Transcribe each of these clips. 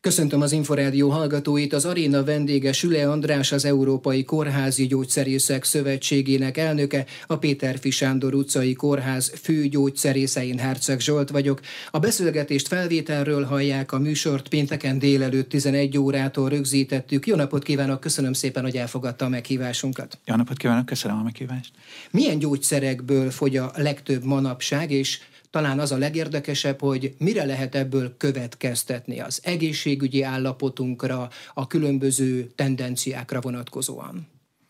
Köszöntöm az Inforádió hallgatóit, az aréna vendége Süle András, az Európai Kórházi Gyógyszerészek Szövetségének elnöke, a Péterfi Sándor utcai kórház főgyógyszerésze, én Herceg Zsolt vagyok. A beszélgetést felvételről hallják, a műsort pénteken délelőtt 11 órától rögzítettük. Jó napot kívánok, köszönöm szépen, hogy elfogadta a meghívásunkat. Jó napot kívánok, köszönöm a meghívást. Milyen gyógyszerekből fogy a legtöbb manapság, és talán az a legérdekesebb, hogy mire lehet ebből következtetni az egészségügyi állapotunkra, a különböző tendenciákra vonatkozóan?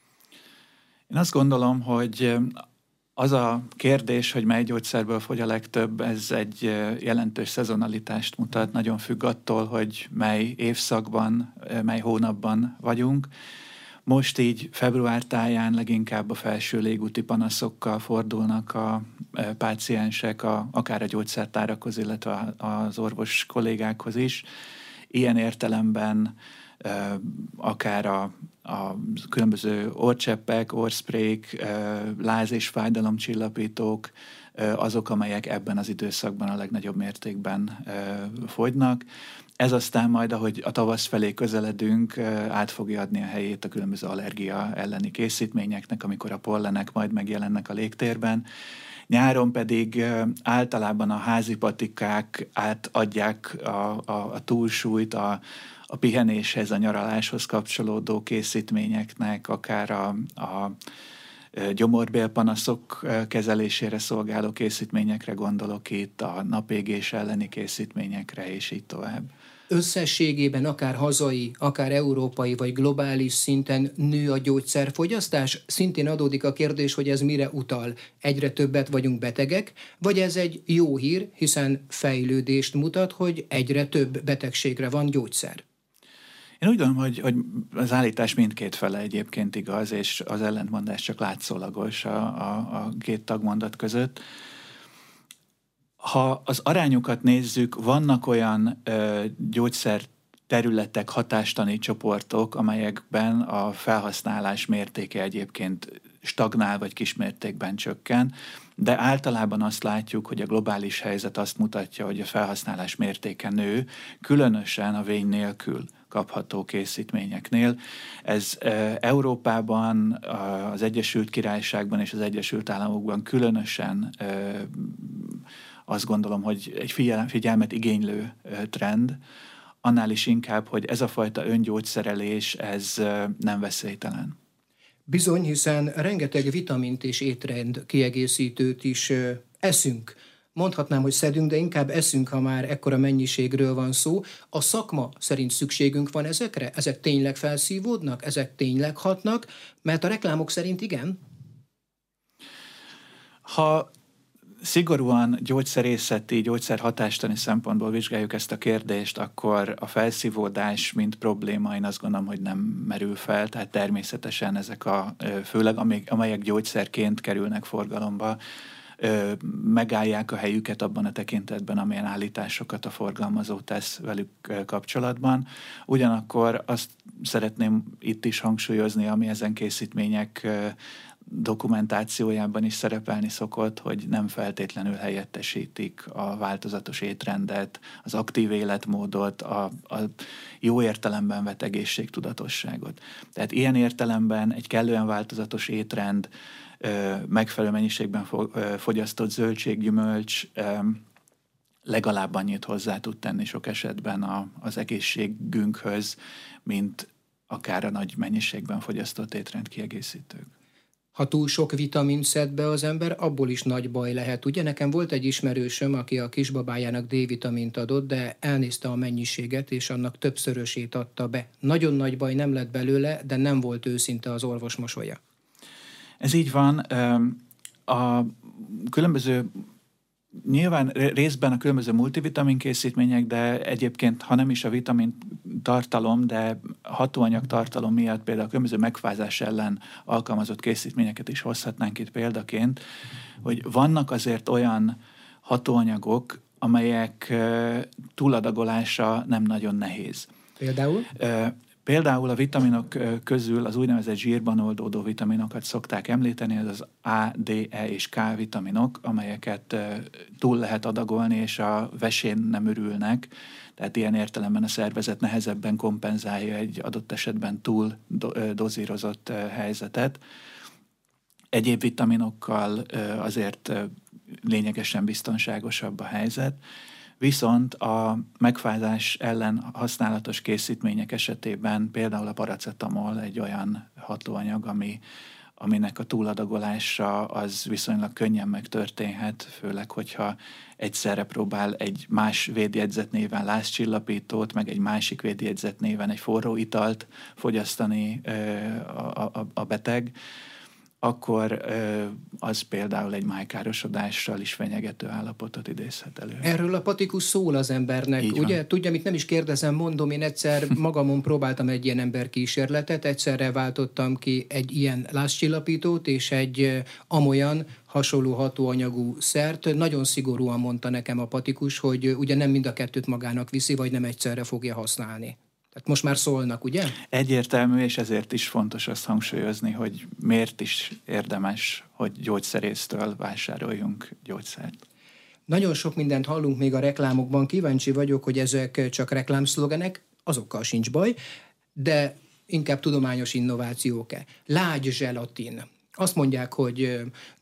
Én azt gondolom, hogy az a kérdés, hogy mely gyógyszerből fogy a legtöbb, ez egy jelentős szezonalitást mutat, nagyon függ attól, hogy mely évszakban, mely hónapban vagyunk. Most így február táján leginkább a felső légúti panaszokkal fordulnak a páciensek, akár a gyógyszertárakhoz, illetve az orvos kollégákhoz is. Ilyen értelemben akár a különböző orrcseppek, orrsprék, láz- és fájdalomcsillapítók, azok, amelyek ebben az időszakban a legnagyobb mértékben fogynak. Ez aztán majd, ahogy a tavasz felé közeledünk, át fogja adni a helyét a különböző allergia elleni készítményeknek, amikor a pollenek majd megjelennek a légtérben. Nyáron pedig általában a házi patikák átadják a túlsúlyt a pihenéshez, a nyaraláshoz kapcsolódó készítményeknek, akár a gyomorbélpanaszok kezelésére szolgáló készítményekre gondolok itt, a napégés elleni készítményekre, és így tovább. Összességében akár hazai, akár európai vagy globális szinten nő a gyógyszerfogyasztás? Szintén adódik a kérdés, hogy ez mire utal. Egyre többet vagyunk betegek, vagy ez egy jó hír, hiszen fejlődést mutat, hogy egyre több betegségre van gyógyszer? Én úgy gondolom, hogy az állítás mindkét fele egyébként igaz, és az ellentmondás csak látszólagos a két tagmondat között. Ha az arányokat nézzük, vannak olyan gyógyszer területek, hatástani csoportok, amelyekben a felhasználás mértéke egyébként stagnál vagy kismértékben csökken, de általában azt látjuk, hogy a globális helyzet azt mutatja, hogy a felhasználás mértéke nő, különösen a vény nélkül kapható készítményeknél. Ez Európában, az Egyesült Királyságban és az Egyesült Államokban különösen azt gondolom, hogy egy figyelmet igénylő trend, annál is inkább, hogy ez a fajta öngyógyszerelés, ez nem veszélytelen. Bizony, hiszen rengeteg vitamint és étrend kiegészítőt is eszünk. Mondhatnám, hogy szedünk, de inkább eszünk, ha már ekkora mennyiségről van szó. A szakma szerint szükségünk van ezekre? Ezek tényleg felszívódnak? Ezek tényleg hatnak? Mert a reklámok szerint igen. Ha szigorúan gyógyszerészeti, gyógyszerhatástani szempontból vizsgáljuk ezt a kérdést, akkor a felszívódás, mint probléma, én azt gondolom, hogy nem merül fel, tehát természetesen ezek főleg amelyek gyógyszerként kerülnek forgalomba, megállják a helyüket abban a tekintetben, amilyen állításokat a forgalmazó tesz velük kapcsolatban. Ugyanakkor azt szeretném itt is hangsúlyozni, ami ezen készítmények dokumentációjában is szerepelni szokott, hogy nem feltétlenül helyettesítik a változatos étrendet, az aktív életmódot, a jó értelemben vett egészségtudatosságot. Tehát ilyen értelemben egy kellően változatos étrend, megfelelő mennyiségben fogyasztott zöldség, gyümölcs legalább annyit hozzá tud tenni sok esetben az egészségünkhöz, mint akár a nagy mennyiségben fogyasztott étrendkiegészítők. Ha túl sok vitamint szed be az ember, abból is nagy baj lehet. Ugye nekem volt egy ismerősöm, aki a kisbabájának D-vitamint adott, de elnézte a mennyiséget, és annak többszörösét adta be. Nagyon nagy baj nem lett belőle, de nem volt őszinte az orvos mosolya. Ez így van. A különböző, nyilván részben a különböző multivitamin készítmények, de egyébként, ha nem is a vitamin tartalom, de hatóanyag tartalom miatt például a különböző megfázás ellen alkalmazott készítményeket is hozhatnánk itt példaként, hogy vannak azért olyan hatóanyagok, amelyek túladagolása nem nagyon nehéz. Például? Például a vitaminok közül az úgynevezett zsírban oldódó vitaminokat szokták említeni, ez az A, D, E és K vitaminok, amelyeket túl lehet adagolni, és a vesén nem örülnek, tehát ilyen értelemben a szervezet nehezebben kompenzálja egy adott esetben túl dozírozott helyzetet. Egyéb vitaminokkal azért lényegesen biztonságosabb a helyzet, viszont a megfázás ellen használatos készítmények esetében például a paracetamol egy olyan hatóanyag, aminek a túladagolása az viszonylag könnyen megtörténhet, főleg, hogyha egyszerre próbál egy más védjegyzet néven lázcsillapítót, meg egy másik védjegyzet néven egy forró italt fogyasztani a beteg, akkor az például egy májkárosodással is fenyegető állapotot idézhet elő. Erről a patikus szól az embernek, ugye? Tudja, amit nem is kérdezem, mondom, én egyszer magamon próbáltam egy ilyen emberkísérletet, egyszerre váltottam ki egy ilyen lázcsillapítót és egy amolyan hasonló hatóanyagú szert. Nagyon szigorúan mondta nekem a patikus, hogy ugye nem mind a kettőt magának viszi, vagy nem egyszerre fogja használni. Tehát most már szólnak, ugye? Egyértelmű, és ezért is fontos azt hangsúlyozni, hogy miért is érdemes, hogy gyógyszerésztől vásároljunk gyógyszert. Nagyon sok mindent hallunk még a reklámokban, kíváncsi vagyok, hogy ezek csak reklámszlogenek, azokkal sincs baj, de inkább tudományos innovációk-e. Lágy zselatin. Azt mondják, hogy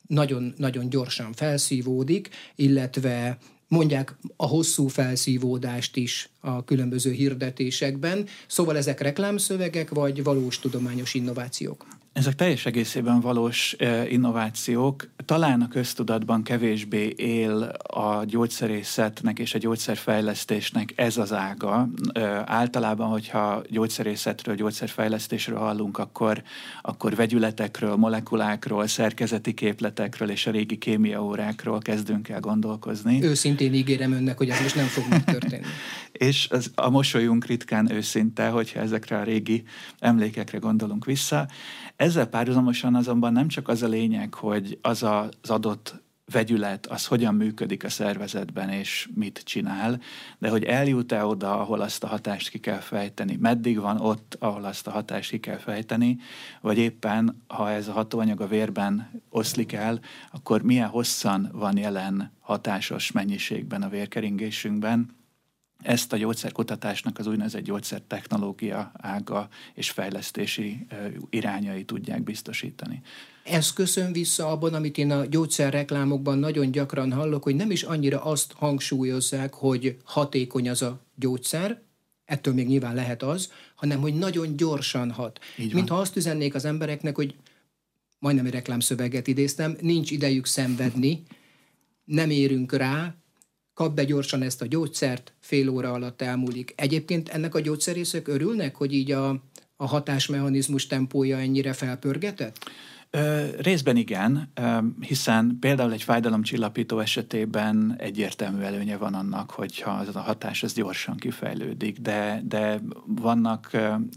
nagyon gyorsan felszívódik, illetve mondják a hosszú felszívódást is a különböző hirdetésekben. Szóval ezek reklámszövegek, vagy valós tudományos innovációk? Ezek teljes egészében valós innovációk. Talán a köztudatban kevésbé él a gyógyszerészetnek és a gyógyszerfejlesztésnek ez az ága. Általában, hogyha gyógyszerészetről, gyógyszerfejlesztésről hallunk, akkor vegyületekről, molekulákról, szerkezeti képletekről és a régi kémiaórákról kezdünk el gondolkozni. Őszintén ígérem önnek, hogy ez most nem fog megtörténni. És a mosolyunk ritkán őszinte, hogyha ezekre a régi emlékekre gondolunk vissza. Ezzel párhuzamosan azonban nem csak az a lényeg, hogy az adott vegyület, az hogyan működik a szervezetben és mit csinál, de hogy eljut-e oda, ahol azt a hatást ki kell fejteni, meddig van ott, ahol azt a hatást ki kell fejteni, vagy éppen, ha ez a hatóanyag a vérben oszlik el, akkor milyen hosszan van jelen hatásos mennyiségben a vérkeringésünkben. Ezt a gyógyszerkutatásnak az úgynevezett gyógyszertechnológia ága és fejlesztési irányai tudják biztosítani. Ez köszön vissza abban, amit én a gyógyszerreklámokban nagyon gyakran hallok, hogy nem is annyira azt hangsúlyozzák, hogy hatékony az a gyógyszer, ettől még nyilván lehet az, hanem hogy nagyon gyorsan hat. Mintha azt üzennék az embereknek, hogy majdnem egy reklámszöveget idéztem, nincs idejük szenvedni, nem érünk rá, kap be gyorsan ezt a gyógyszert, fél óra alatt elmúlik. Egyébként ennek a gyógyszerészek örülnek, hogy így a hatásmechanizmus tempója ennyire felpörgetett? Részben igen, hiszen például egy fájdalomcsillapító esetében egyértelmű előnye van annak, hogyha az a hatás az gyorsan kifejlődik, de vannak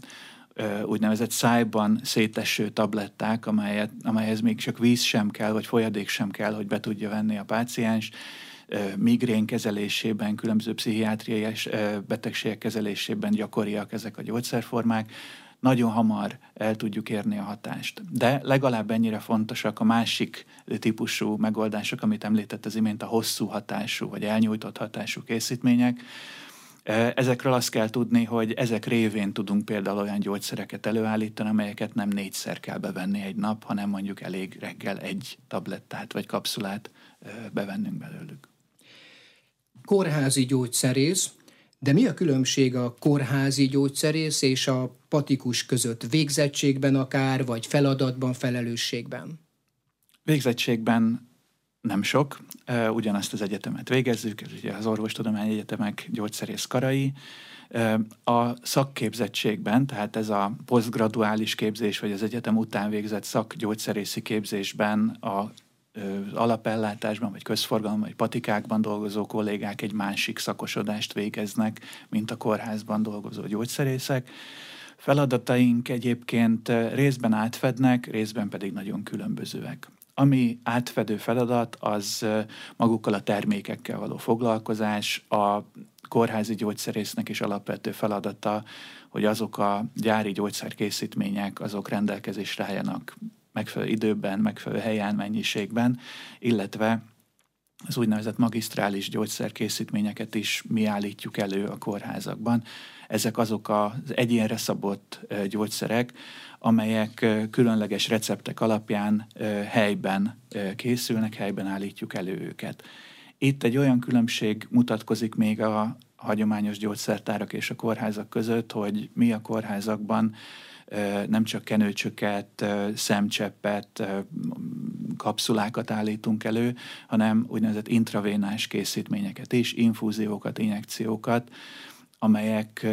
úgynevezett szájban széteső tabletták, amelyhez még csak víz sem kell, vagy folyadék sem kell, hogy be tudja venni a páciens. Migrén kezelésében, különböző pszichiátriai betegségek kezelésében gyakoriak ezek a gyógyszerformák. Nagyon hamar el tudjuk érni a hatást. De legalább ennyire fontosak a másik típusú megoldások, amit említett az imént, a hosszú hatású vagy elnyújtott hatású készítmények. Ezekről azt kell tudni, hogy ezek révén tudunk például olyan gyógyszereket előállítani, amelyeket nem 4-szer kell bevenni egy nap, hanem mondjuk elég reggel egy tablettát vagy kapszulát bevennünk belőlük. Kórházi gyógyszerész, de mi a különbség a kórházi gyógyszerész és a patikus között? Végzettségben akár, vagy feladatban, felelősségben? Végzettségben nem sok, ugyanazt az egyetemet végezzük, ez ugye az Orvostudományi Egyetemek gyógyszerész karai. A szakképzettségben, tehát ez a posztgraduális képzés, vagy az egyetem után végzett szakgyógyszerészi képzésben az alapellátásban, vagy közforgalom, vagy patikákban dolgozó kollégák egy másik szakosodást végeznek, mint a kórházban dolgozó gyógyszerészek. Feladataink egyébként részben átfednek, részben pedig nagyon különbözőek. Ami átfedő feladat, az magukkal a termékekkel való foglalkozás, a kórházi gyógyszerésznek is alapvető feladata, hogy azok a gyári gyógyszerkészítmények, azok rendelkezésre álljanak megfelelő időben, megfelelő helyen, mennyiségben, illetve az úgynevezett magisztrális gyógyszerkészítményeket is mi állítjuk elő a kórházakban. Ezek azok az egyénre szabott gyógyszerek, amelyek különleges receptek alapján helyben készülnek, helyben állítjuk elő őket. Itt egy olyan különbség mutatkozik még a hagyományos gyógyszertárak és a kórházak között, hogy mi a kórházakban nem csak kenőcsöket, szemcseppet, kapszulákat állítunk elő, hanem úgynevezett intravénás készítményeket is, infúziókat, injekciókat, amelyek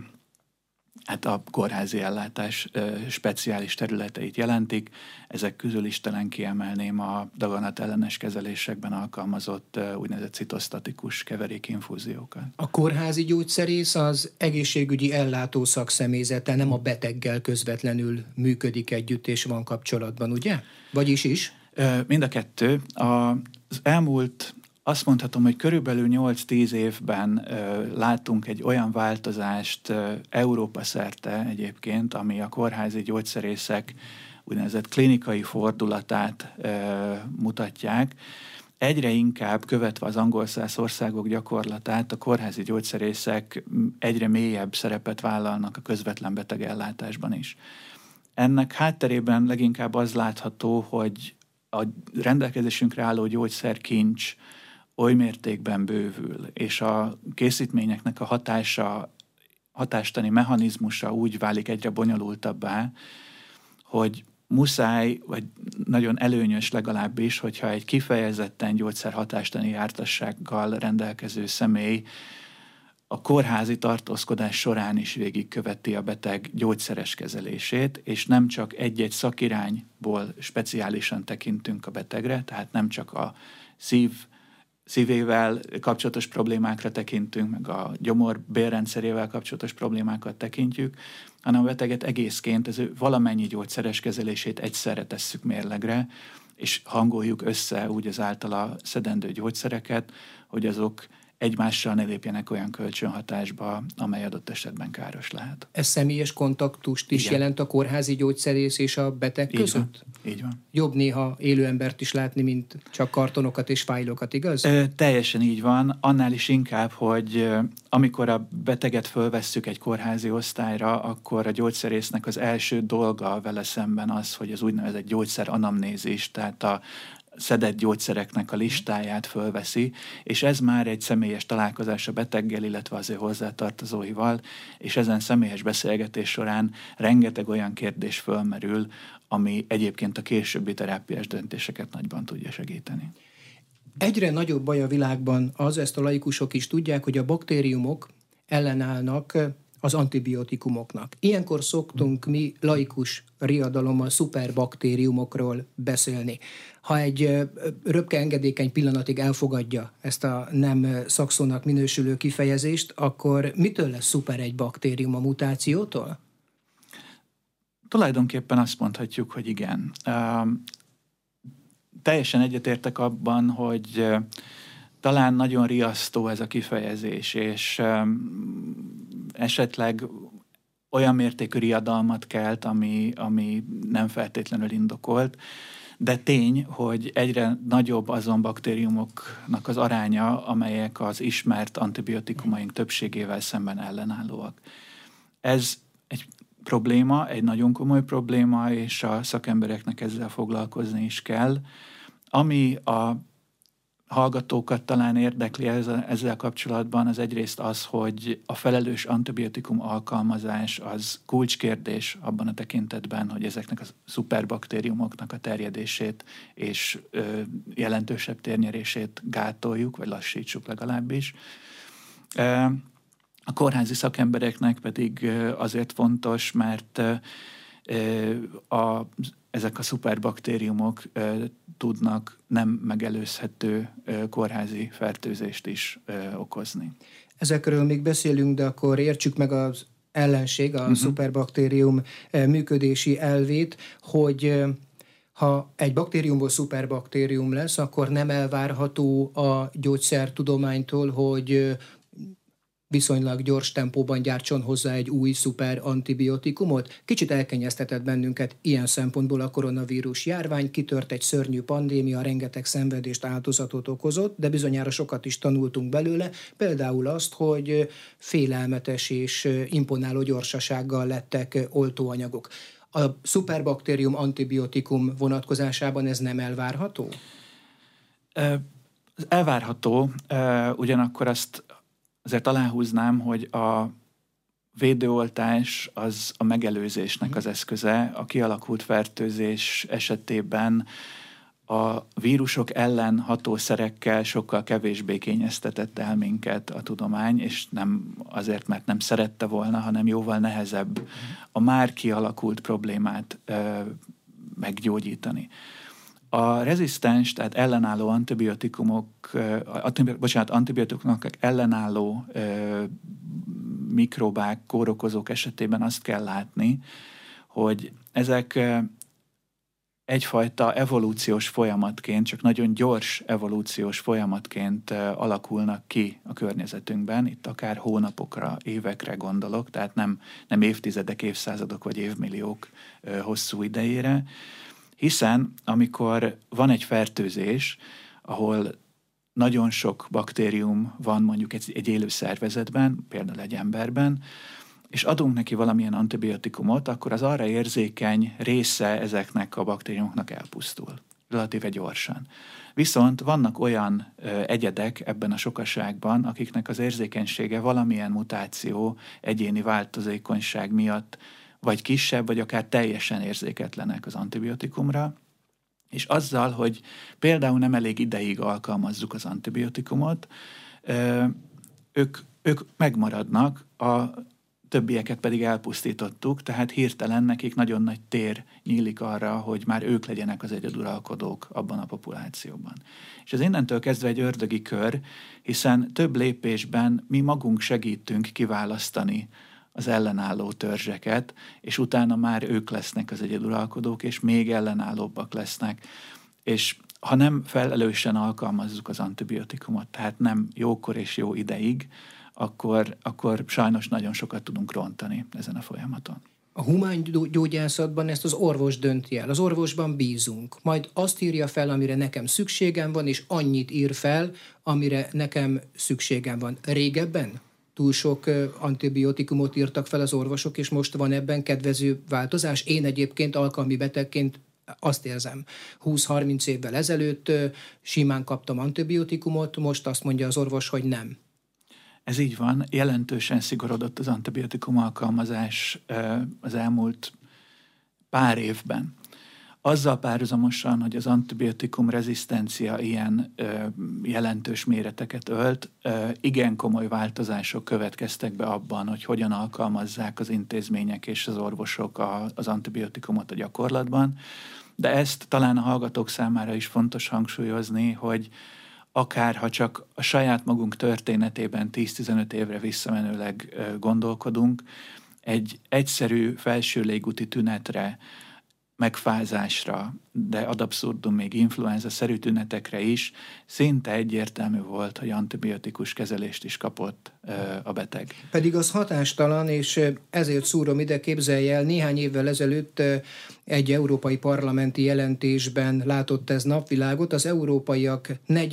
hát a kórházi ellátás speciális területeit jelentik. Ezek közül is talán kiemelném a daganatellenes kezelésekben alkalmazott úgynevezett citosztatikus keverékinfúziókat. A kórházi gyógyszerész az egészségügyi ellátó szakszemélyzete, nem a beteggel közvetlenül működik együtt és van kapcsolatban, ugye? Vagyis is? Mind a kettő. Az elmúlt, azt mondhatom, hogy körülbelül 8-10 évben látunk egy olyan változást Európa szerte egyébként, ami a kórházi gyógyszerészek úgynevezett klinikai fordulatát mutatják. Egyre inkább követve az angolszász országok gyakorlatát, a kórházi gyógyszerészek egyre mélyebb szerepet vállalnak a közvetlen betegellátásban is. Ennek hátterében leginkább az látható, hogy a rendelkezésünkre álló gyógyszerkincs oly mértékben bővül, és a készítményeknek a hatástani mechanizmusa úgy válik egyre bonyolultabbá, hogy muszáj, vagy nagyon előnyös legalábbis, hogyha egy kifejezetten gyógyszerhatástani jártassággal rendelkező személy a kórházi tartózkodás során is végigköveti a beteg gyógyszeres kezelését, és nem csak egy-egy szakirányból speciálisan tekintünk a betegre, tehát nem csak a szívével kapcsolatos problémákra tekintünk, meg a gyomor-bélrendszerével kapcsolatos problémákat tekintjük, hanem a beteget egészként, az ő valamennyi gyógyszeres kezelését egyszerre tesszük mérlegre, és hangoljuk össze úgy az általa szedendő gyógyszereket, hogy azok egymással ne lépjenek olyan kölcsönhatásba, amely adott esetben káros lehet. Ez személyes kontaktust is jelent a kórházi gyógyszerész és a beteg között? Így van. Jobb néha élő embert is látni, mint csak kartonokat és fájlokat, igaz? Teljesen így van. Annál is inkább, hogy amikor a beteget fölvesszük egy kórházi osztályra, akkor a gyógyszerésznek az első dolga vele szemben az, hogy az úgynevezett gyógyszeranamnézis, tehát a szedett gyógyszereknek a listáját fölveszi, és ez már egy személyes találkozás a beteggel, illetve az ő hozzátartozóival, és ezen személyes beszélgetés során rengeteg olyan kérdés fölmerül, ami egyébként a későbbi terápiás döntéseket nagyban tudja segíteni. Egyre nagyobb baj a világban az, ezt a laikusok is tudják, hogy a baktériumok ellenállnak az antibiotikumoknak. Ilyenkor szoktunk mi laikus riadalommal szuperbaktériumokról beszélni. Ha egy röpke engedékeny pillanatig elfogadja ezt a nem szakszónak minősülő kifejezést, akkor mitől lesz szuper egy baktérium, a mutációtól? Tulajdonképpen azt mondhatjuk, hogy igen. Teljesen egyetértek abban, hogy talán nagyon riasztó ez a kifejezés, és esetleg olyan mértékű riadalmat kelt, ami nem feltétlenül indokolt, de tény, hogy egyre nagyobb azon baktériumoknak az aránya, amelyek az ismert antibiotikumaink többségével szemben ellenállóak. Ez egy probléma, egy nagyon komoly probléma, és a szakembereknek ezzel foglalkozni is kell. Ami a hallgatókat talán érdekli ezzel kapcsolatban, az egyrészt az, hogy a felelős antibiotikum alkalmazás az kulcskérdés abban a tekintetben, hogy ezeknek a szuperbaktériumoknak a terjedését és jelentősebb térnyerését gátoljuk, vagy lassítsuk legalábbis. A kórházi szakembereknek pedig azért fontos, mert ezek a szuperbaktériumok tudnak nem megelőzhető kórházi fertőzést is okozni. Ezekről még beszélünk, de akkor értsük meg az ellenség, a szuperbaktérium működési elvét, hogy ha egy baktériumból szuperbaktérium lesz, akkor nem elvárható a gyógyszertudománytól, hogy viszonylag gyors tempóban gyártson hozzá egy új szuper antibiotikumot? Kicsit elkényeztetett bennünket ilyen szempontból a koronavírus járvány, kitört egy szörnyű pandémia, rengeteg szenvedést, áldozatot okozott, de bizonyára sokat is tanultunk belőle, például azt, hogy félelmetes és imponáló gyorsasággal lettek oltóanyagok. A szuperbaktérium antibiotikum vonatkozásában ez nem elvárható? Elvárható, ugyanakkor azt azért aláhúznám, hogy a védőoltás az a megelőzésnek az eszköze. A kialakult fertőzés esetében a vírusok ellen hatószerekkel sokkal kevésbé kényeztetett el minket a tudomány, és nem azért, mert nem szerette volna, hanem jóval nehezebb a már kialakult problémát meggyógyítani. A rezisztens, tehát ellenálló antibiotikumok ellenálló mikrobák, kórokozók esetében azt kell látni, hogy ezek egyfajta evolúciós folyamatként, csak nagyon gyors evolúciós folyamatként alakulnak ki a környezetünkben, itt akár hónapokra, évekre gondolok, tehát nem évtizedek, évszázadok vagy évmilliók hosszú idejére, hiszen amikor van egy fertőzés, ahol nagyon sok baktérium van mondjuk egy élő szervezetben, például egy emberben, és adunk neki valamilyen antibiotikumot, akkor az arra érzékeny része ezeknek a baktériumoknak elpusztul, relatíve gyorsan. Viszont vannak olyan egyedek ebben a sokaságban, akiknek az érzékenysége valamilyen mutáció, egyéni változékonyság miatt vagy kisebb, vagy akár teljesen érzéketlenek az antibiotikumra, és azzal, hogy például nem elég ideig alkalmazzuk az antibiotikumot, ők megmaradnak, a többieket pedig elpusztítottuk, tehát hirtelen nekik nagyon nagy tér nyílik arra, hogy már ők legyenek az egyeduralkodók abban a populációban. És ez innentől kezdve egy ördögi kör, hiszen több lépésben mi magunk segítünk kiválasztani az ellenálló törzseket, és utána már ők lesznek az egyeduralkodók, és még ellenállóbbak lesznek. És ha nem felelősen alkalmazzuk az antibiotikumot, tehát nem jókor és jó ideig, akkor sajnos nagyon sokat tudunk rontani ezen a folyamaton. A humán gyógyászatban ezt az orvos dönti el. Az orvosban bízunk. Majd azt írja fel, amire nekem szükségem van, és annyit ír fel, amire nekem szükségem van. Régebben túl sok antibiotikumot írtak fel az orvosok, és most van ebben kedvező változás. Én egyébként alkalmi betegként azt érzem, 20-30 évvel ezelőtt simán kaptam antibiotikumot, most azt mondja az orvos, hogy nem. Ez így van, jelentősen szigorodott az antibiotikum alkalmazás az elmúlt pár évben. Azzal párhuzamosan, hogy az antibiotikum rezisztencia ilyen jelentős méreteket ölt, igen komoly változások következtek be abban, hogy hogyan alkalmazzák az intézmények és az orvosok az antibiotikumot a gyakorlatban. De ezt talán a hallgatók számára is fontos hangsúlyozni, hogy akár ha csak a saját magunk történetében 10-15 évre visszamenőleg gondolkodunk, egy egyszerű felső légúti tünetre, megfázásra, de ad abszurdum még influenza-szerű tünetekre is szinte egyértelmű volt, hogy antibiotikus kezelést is kapott a beteg. Pedig az hatástalan, és ezért szúrom ide, képzelje el, néhány évvel ezelőtt egy európai parlamenti jelentésben látott ez napvilágot, az európaiak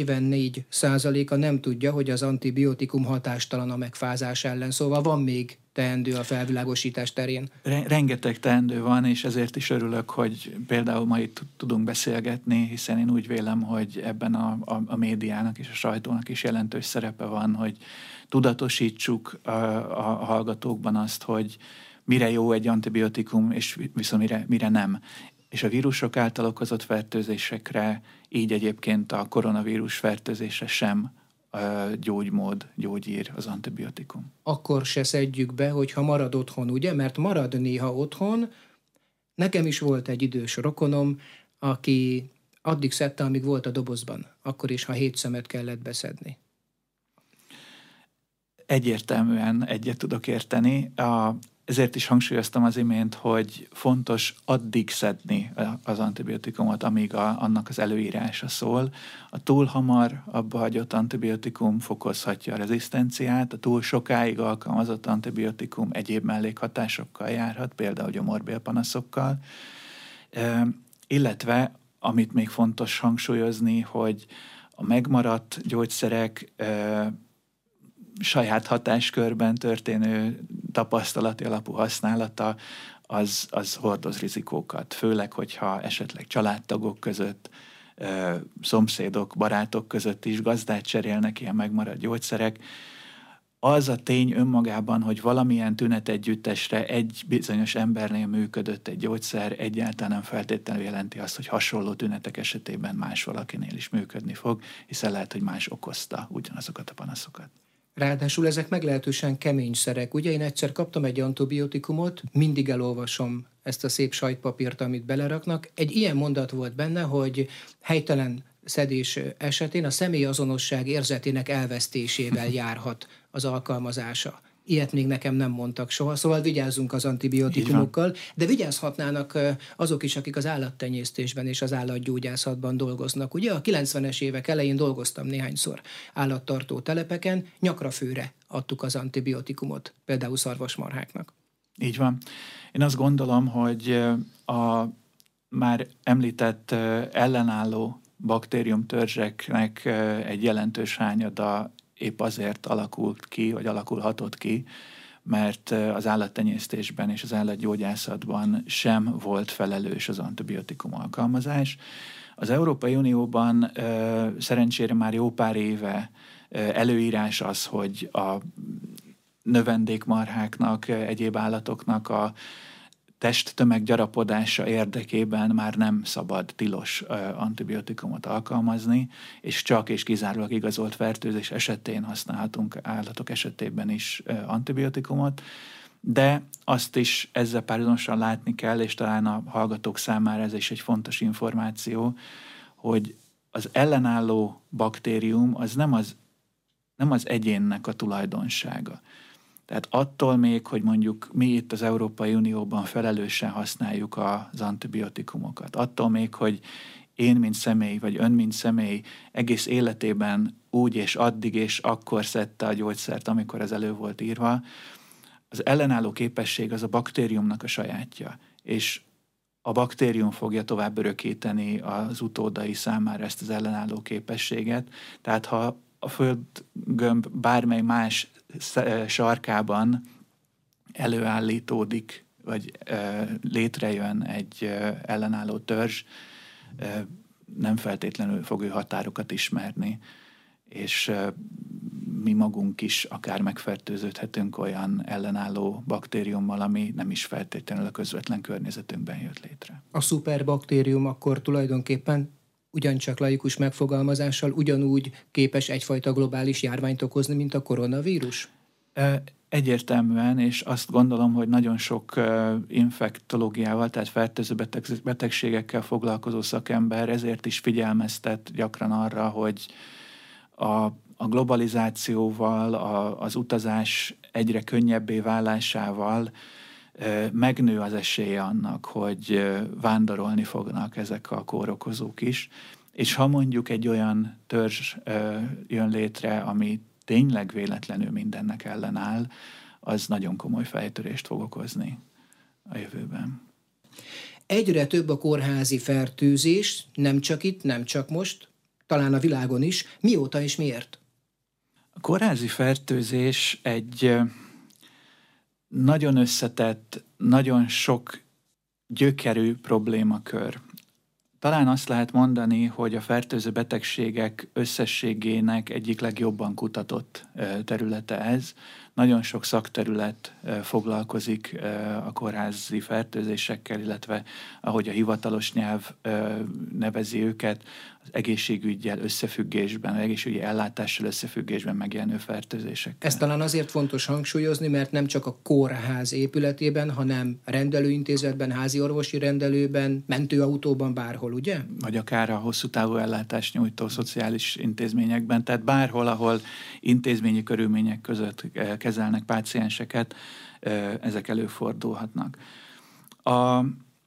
44%-a nem tudja, hogy az antibiotikum hatástalan a megfázás ellen, szóval van még teendő a felvilágosítás terén. Rengeteg teendő van, és ezért is örülök, hogy például ma itt tudunk beszélgetni, hiszen én úgy vélem, hogy ebben a médiának és a sajtónak is jelentős szerepe van, hogy tudatosítsuk a hallgatókban azt, hogy mire jó egy antibiotikum, és viszont mire nem. És a vírusok által okozott fertőzésekre, így egyébként a koronavírus fertőzése sem gyógymód, gyógyír az antibiotikum. Akkor se szedjük be, hogyha marad otthon, ugye? Mert marad néha otthon. Nekem is volt egy idős rokonom, aki addig szedte, amíg volt a dobozban. Akkor is, ha 7 szemet kellett beszedni. Egyértelműen egyet tudok érteni. ezért is hangsúlyoztam az imént, hogy fontos addig szedni az antibiotikumot, amíg annak az előírása szól. A túl hamar abba hagyott antibiotikum fokozhatja a rezisztenciát, a túl sokáig alkalmazott antibiotikum egyéb mellékhatásokkal járhat, például gyomorbélpanaszokkal, illetve amit még fontos hangsúlyozni, hogy a megmaradt gyógyszerek saját hatáskörben történő tapasztalati alapú használata az hordoz rizikókat, főleg, hogyha esetleg családtagok között, szomszédok, barátok között is gazdát cserélnek ilyen megmaradt gyógyszerek. Az a tény önmagában, hogy valamilyen tünetegyüttesre egy bizonyos embernél működött egy gyógyszer, egyáltalán nem feltétlenül jelenti azt, hogy hasonló tünetek esetében más valakinél is működni fog, hiszen lehet, hogy más okozta ugyanazokat a panaszokat. Ráadásul ezek meglehetősen kemény szerek. Ugye én egyszer kaptam egy antibiotikumot, mindig elolvasom ezt a szép sajtpapírt, amit beleraknak. Egy ilyen mondat volt benne, hogy helytelen szedés esetén a személyazonosság érzetének elvesztésével járhat az alkalmazása. Ilyet még nekem nem mondtak soha, szóval vigyázzunk az antibiotikumokkal, de vigyázhatnának azok is, akik az állattenyésztésben és az állatgyógyászatban dolgoznak. Ugye a 90-es évek elején dolgoztam néhányszor állattartó telepeken, nyakrafőre adtuk az antibiotikumot, például szarvasmarháknak. Így van. Én azt gondolom, hogy a már említett ellenálló baktériumtörzseknek egy jelentős hányada épp azért alakult ki, vagy alakulhatott ki, mert az állattenyésztésben és az állatgyógyászatban sem volt felelős az antibiotikum alkalmazás. Az Európai Unióban szerencsére már jó pár éve előírás az, hogy a növendékmarháknak, egyéb állatoknak a testtömeg gyarapodása érdekében már nem szabad, tilos antibiotikumot alkalmazni, és csak és kizárólag igazolt fertőzés esetén használhatunk állatok esetében is antibiotikumot, de azt is ezzel párhuzamosan látni kell, és talán a hallgatók számára ez is egy fontos információ, hogy az ellenálló baktérium az nem az egyénnek a tulajdonsága. Tehát attól még, hogy mondjuk mi itt az Európai Unióban felelősen használjuk az antibiotikumokat, attól még, hogy én, mint személy, vagy ön, mint személy egész életében úgy és addig és akkor szedte a gyógyszert, amikor ez elő volt írva, az ellenálló képesség az a baktériumnak a sajátja, és a baktérium fogja tovább örökíteni az utódai számára ezt az ellenálló képességet. Tehát ha a földgömb bármely más sarkában előállítódik, vagy létrejön egy ellenálló törzs, nem feltétlenül fog ő határokat ismerni, és mi magunk is akár megfertőződhetünk olyan ellenálló baktériummal, ami nem is feltétlenül a közvetlen környezetünkben jött létre. A szuperbaktérium akkor tulajdonképpen ugyancsak laikus megfogalmazással ugyanúgy képes egyfajta globális járványt okozni, mint a koronavírus? Egyértelműen, és azt gondolom, hogy nagyon sok infektológiával, tehát fertőző betegségekkel foglalkozó szakember ezért is figyelmeztet gyakran arra, hogy a globalizációval, az utazás egyre könnyebbé válásával megnő az esélye annak, hogy vándorolni fognak ezek a kórokozók is, és ha mondjuk egy olyan törzs jön létre, ami tényleg véletlenül mindennek ellenáll, az nagyon komoly fejtörést fog okozni a jövőben. Egyre több a kórházi fertőzés, nem csak itt, nem csak most, talán a világon is. Mióta és miért? A kórházi fertőzés egy nagyon összetett, nagyon sok gyökerű problémakör. Talán azt lehet mondani, hogy a fertőző betegségek összességének egyik legjobban kutatott területe ez. Nagyon sok szakterület foglalkozik a kórházi fertőzésekkel, illetve ahogy a hivatalos nyelv nevezi őket, az egészségüggyel összefüggésben, az egészségügyi ellátással összefüggésben megjelenő fertőzésekkel. Ez talán azért fontos hangsúlyozni, mert nem csak a kórház épületében, hanem rendelőintézetben, házi orvosi rendelőben, mentőautóban, bárhol, ugye? Vagy akár a hosszú távú ellátást nyújtó szociális intézményekben, tehát bárhol, ahol intézményi körülmények között kezelnek pácienseket, ezek előfordulhatnak. A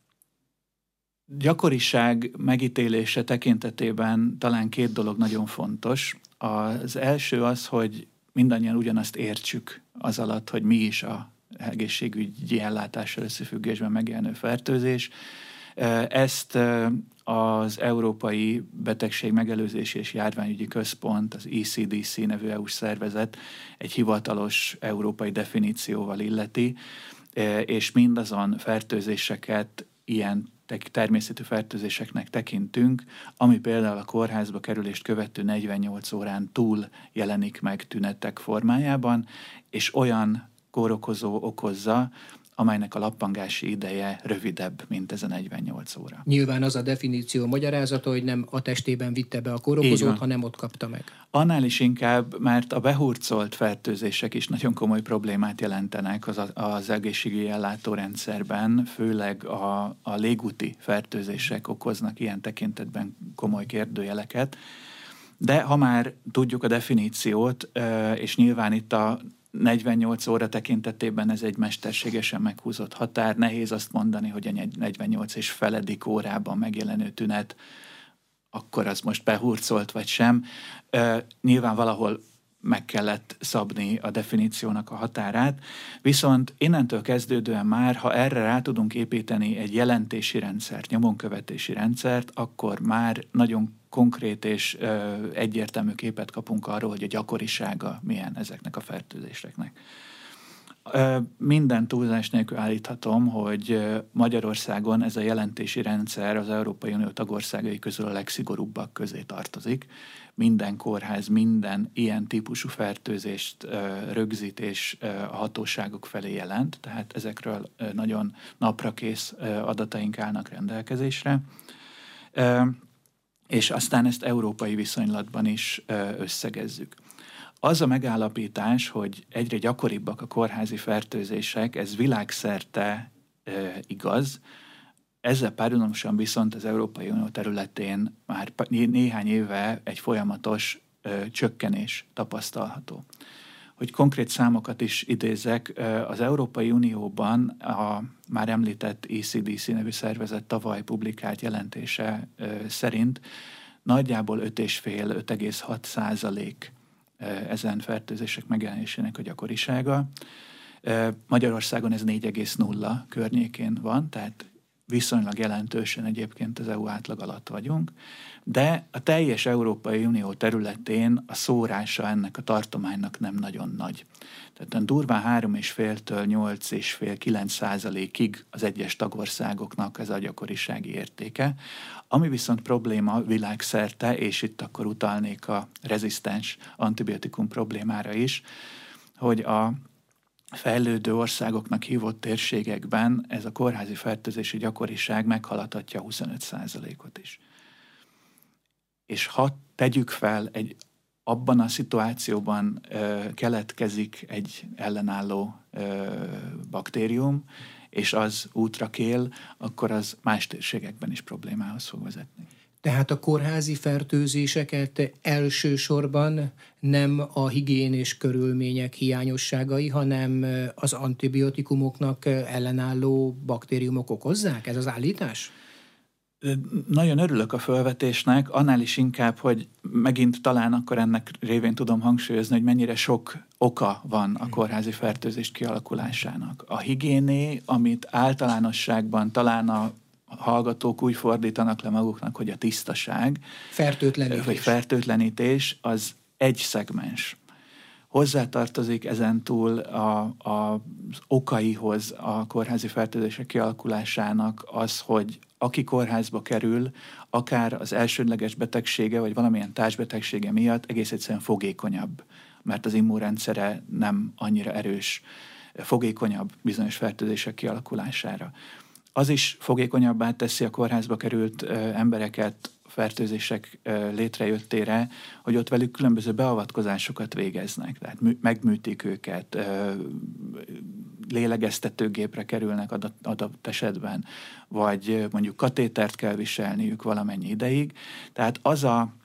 gyakoriság megítélése tekintetében talán két dolog nagyon fontos. Az első az, hogy mindannyian ugyanazt értsük az alatt, hogy mi is a egészségügyi ellátással összefüggésben megjelenő fertőzés. Ezt az Európai Betegség Megelőzési és Járványügyi Központ, az ECDC nevű EU-s szervezet egy hivatalos európai definícióval illeti, és mindazon fertőzéseket ilyen természetű fertőzéseknek tekintünk, ami például a kórházba kerülést követő 48 órán túl jelenik meg tünetek formájában, és olyan kórokozó okozza, amelynek a lappangási ideje rövidebb, mint ez a 48 óra. Nyilván az a definíció magyarázata, hogy nem a testében vitte be a kórokozót, hanem ott kapta meg. Annál is inkább, mert a behurcolt fertőzések is nagyon komoly problémát jelentenek az egészségügyi ellátórendszerben, főleg a légúti fertőzések okoznak ilyen tekintetben komoly kérdőjeleket. De ha már tudjuk a definíciót, és nyilván itt a 48 óra tekintetében ez egy mesterségesen meghúzott határ. Nehéz azt mondani, hogy a 48 és feledik órában megjelenő tünet, akkor az most behurcolt vagy sem. Nyilván valahol meg kellett szabni a definíciónak a határát, viszont innentől kezdődően már, ha erre rá tudunk építeni egy jelentési rendszert, nyomonkövetési rendszert, akkor már nagyon konkrét és egyértelmű képet kapunk arról, hogy a gyakorisága milyen ezeknek a fertőzéseknek. Minden túlzás nélkül állíthatom, hogy Magyarországon ez a jelentési rendszer az Európai Unió tagországai közül a legszigorúbbak közé tartozik. Minden kórház minden ilyen típusú fertőzést rögzít és a hatóságok felé jelent, tehát ezekről nagyon naprakész adataink állnak rendelkezésre. És aztán ezt európai viszonylatban is összegezzük. Az a megállapítás, hogy egyre gyakoribbak a kórházi fertőzések, ez világszerte igaz. Ezzel párhuzamosan viszont az Európai Unió területén már néhány éve egy folyamatos csökkenés tapasztalható. Hogy konkrét számokat is idézek, az Európai Unióban a már említett ECDC nevű szervezet tavaly publikált jelentése szerint nagyjából 5,5-5,6% ezen fertőzések megjelenésének a gyakorisága. Magyarországon ez 4,0 környékén van, tehát viszonylag jelentősen egyébként az EU átlag alatt vagyunk, de a teljes Európai Unió területén a szórása ennek a tartománynak nem nagyon nagy. Tehát durván 3,5-től 8,5-9%-ig az egyes tagországoknak ez a gyakorisági értéke, ami viszont probléma világszerte, és itt akkor utalnék a rezisztens antibiotikum problémára is, hogy a fejlődő országoknak hívott térségekben ez a kórházi fertőzési gyakoriság meghaladhatja 25%-ot is. És ha tegyük fel, abban a szituációban keletkezik egy ellenálló baktérium, és az útra kél, akkor az más térségekben is problémához fog vezetni. Tehát a kórházi fertőzéseket elsősorban nem a higiénés körülmények hiányosságai, hanem az antibiotikumoknak ellenálló baktériumok okozzák? Ez az állítás? Nagyon örülök a felvetésnek, annál is inkább, hogy megint talán akkor ennek révén tudom hangsúlyozni, hogy mennyire sok oka van a kórházi fertőzés kialakulásának. A higiéné, amit általánosságban talán a hallgatók úgy fordítanak le maguknak, hogy a tisztaság, vagy fertőtlenítés, az egy szegmens. Hozzátartozik ezentúl az okaihoz a kórházi fertőzések kialakulásának az, hogy aki kórházba kerül, akár az elsődleges betegsége, vagy valamilyen társbetegsége miatt egész egyszerűen fogékonyabb, mert az immunrendszere nem annyira erős, fogékonyabb bizonyos fertőzések kialakulására. Az is fogékonyabbá teszi a kórházba került embereket fertőzések létrejöttére, hogy ott velük különböző beavatkozásokat végeznek. Tehát megműtik őket, lélegeztetőgépre kerülnek adott esetben, vagy mondjuk katétert kell viselniük valamennyi ideig. Tehát az a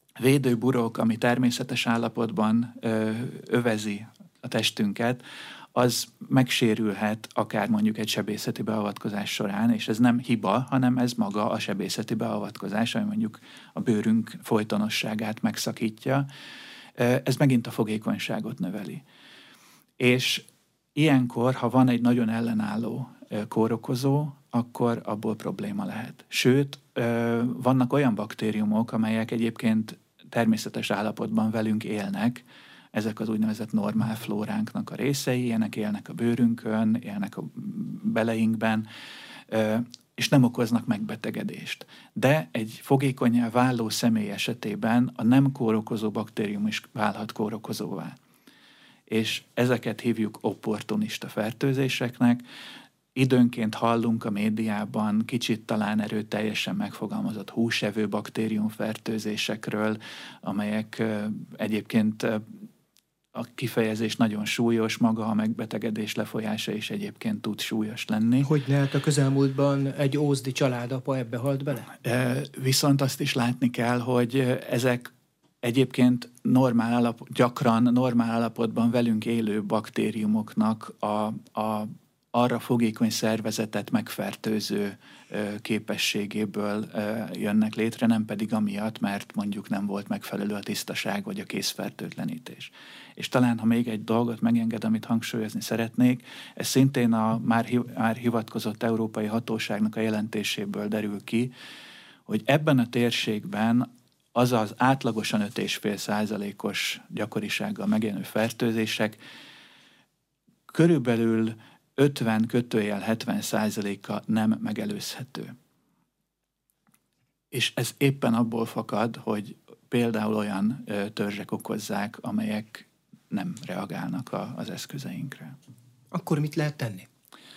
védőburok, ami természetes állapotban övezi a testünket, az megsérülhet akár mondjuk egy sebészeti beavatkozás során, és ez nem hiba, hanem ez maga a sebészeti beavatkozás, ami mondjuk a bőrünk folytonosságát megszakítja. Ez megint a fogékonyságot növeli. És ilyenkor, ha van egy nagyon ellenálló kórokozó, akkor abból probléma lehet. Sőt, vannak olyan baktériumok, amelyek egyébként természetes állapotban velünk élnek, ezek az úgynevezett normál flóránknak a részei, ilyenek élnek a bőrünkön, élnek a beleinkben, és nem okoznak megbetegedést. De egy fogékonnyá váló személy esetében a nem kórokozó baktérium is válhat kórokozóvá. És ezeket hívjuk opportunista fertőzéseknek. Időnként hallunk a médiában kicsit talán erőteljesen megfogalmazott húsevő baktériumfertőzésekről, amelyek egyébként a kifejezés nagyon súlyos, maga a megbetegedés lefolyása is egyébként tud súlyos lenni. Hogy lehet a közelmúltban egy ózdi családapa ebbe halt bele? Viszont azt is látni kell, hogy ezek egyébként gyakran normál állapotban velünk élő baktériumoknak arra fogékony szervezetet megfertőző képességéből jönnek létre, nem pedig amiatt, mert mondjuk nem volt megfelelő a tisztaság vagy a készfertőtlenítés. És talán, ha még egy dolgot megenged, amit hangsúlyozni szeretnék, ez szintén a már hivatkozott európai hatóságnak a jelentéséből derül ki, hogy ebben a térségben az átlagosan 5,5%-os gyakorisággal megjelenő fertőzések körülbelül 50-70%-a nem megelőzhető. És ez éppen abból fakad, hogy például olyan törzsek okozzák, amelyek nem reagálnak az eszközeinkre. Akkor mit lehet tenni?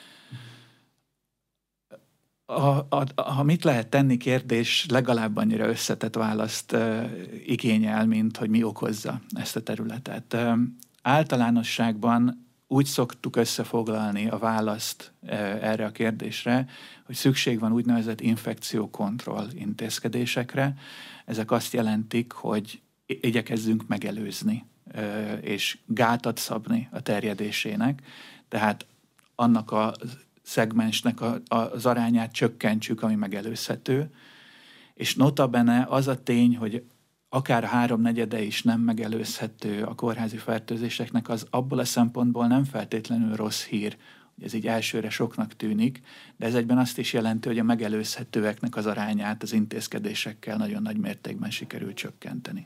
Ha mit lehet tenni kérdés legalább annyira összetett választ igényel, mint hogy mi okozza ezt a területet. Általánosságban úgy szoktuk összefoglalni a választ erre a kérdésre, hogy szükség van úgynevezett infekciókontroll intézkedésekre. Ezek azt jelentik, hogy igyekezzünk megelőzni és gátat szabni a terjedésének, tehát annak a szegmensnek az arányát csökkentsük, ami megelőzhető, és notabene az a tény, hogy akár 3/4 is nem megelőzhető a kórházi fertőzéseknek, az abból a szempontból nem feltétlenül rossz hír, hogy ez így elsőre soknak tűnik, de ez egyben azt is jelenti, hogy a megelőzhetőeknek az arányát az intézkedésekkel nagyon nagy mértékben sikerül csökkenteni.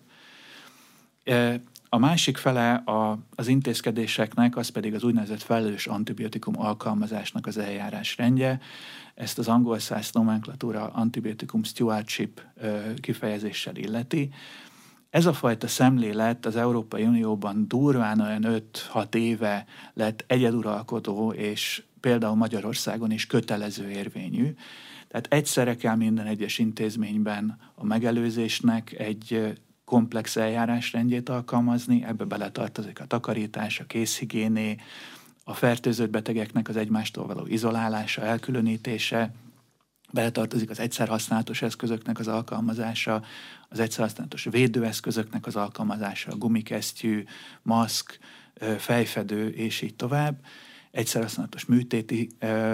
A másik fele az intézkedéseknek, az pedig az úgynevezett felelős antibiotikum alkalmazásnak az eljárásrendje. Ezt az angol száz nomenklatúra antibiotikum stewardship kifejezéssel illeti. Ez a fajta szemlélet az Európai Unióban durván olyan 5-6 éve lett egyeduralkodó, és például Magyarországon is kötelező érvényű. Tehát egyszerre kell minden egyes intézményben a megelőzésnek egy komplex eljárásrendjét alkalmazni, ebbe beletartozik a takarítás, a kézhigiéné, a fertőzött betegeknek az egymástól való izolálása, elkülönítése, beletartozik az egyszerhasználatos eszközöknek az alkalmazása, az egyszerhasználatos védőeszközöknek az alkalmazása, a gumikesztyű, maszk, fejfedő és így tovább, egyszerhasználatos műtéti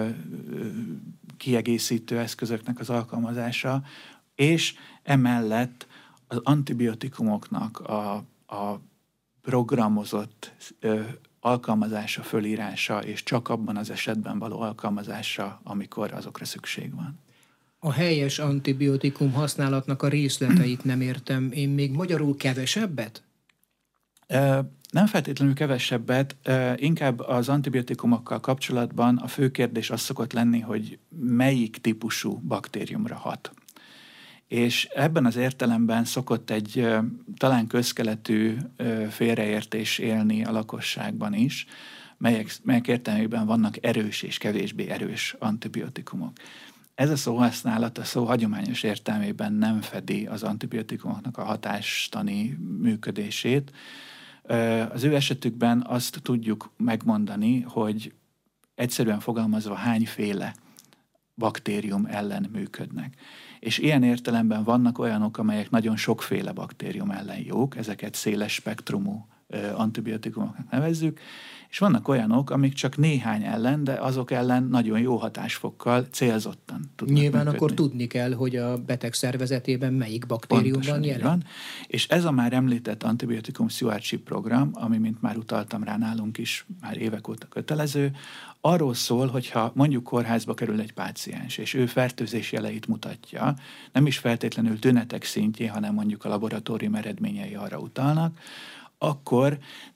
kiegészítő eszközöknek az alkalmazása, és emellett az antibiotikumoknak a programozott alkalmazása, fölírása, és csak abban az esetben való alkalmazása, amikor azokra szükség van. A helyes antibiotikum használatnak a részleteit nem értem. Én még magyarul kevesebbet? Nem feltétlenül kevesebbet, inkább az antibiotikumokkal kapcsolatban a fő kérdés az szokott lenni, hogy melyik típusú baktériumra hat. És ebben az értelemben szokott egy talán közkeletű félreértés élni a lakosságban is, melyek értelmében vannak erős és kevésbé erős antibiotikumok. Ez a szóhasználat a szó hagyományos értelmében nem fedi az antibiotikumoknak a hatástani működését. Az ő esetükben azt tudjuk megmondani, hogy egyszerűen fogalmazva hányféle baktérium ellen működnek. És ilyen értelemben vannak olyanok, amelyek nagyon sokféle baktérium ellen jók, ezeket széles spektrumú antibiotikumoknak nevezzük, és vannak olyanok, amik csak néhány ellen, de azok ellen nagyon jó hatásfokkal célzottan tudnak Nyilván működni. akkor tudni kell, hogy a beteg szervezetében melyik baktérium Pontosan van jelen. Van. És ez a már említett antibiotikum stewardship program, ami, mint már utaltam rá, nálunk is már évek óta kötelező, arról szól, hogyha mondjuk kórházba kerül egy páciens, és ő fertőzés jeleit mutatja, nem is feltétlenül tünetek szintjén, hanem mondjuk a laboratórium eredményei arra utalnak, akkor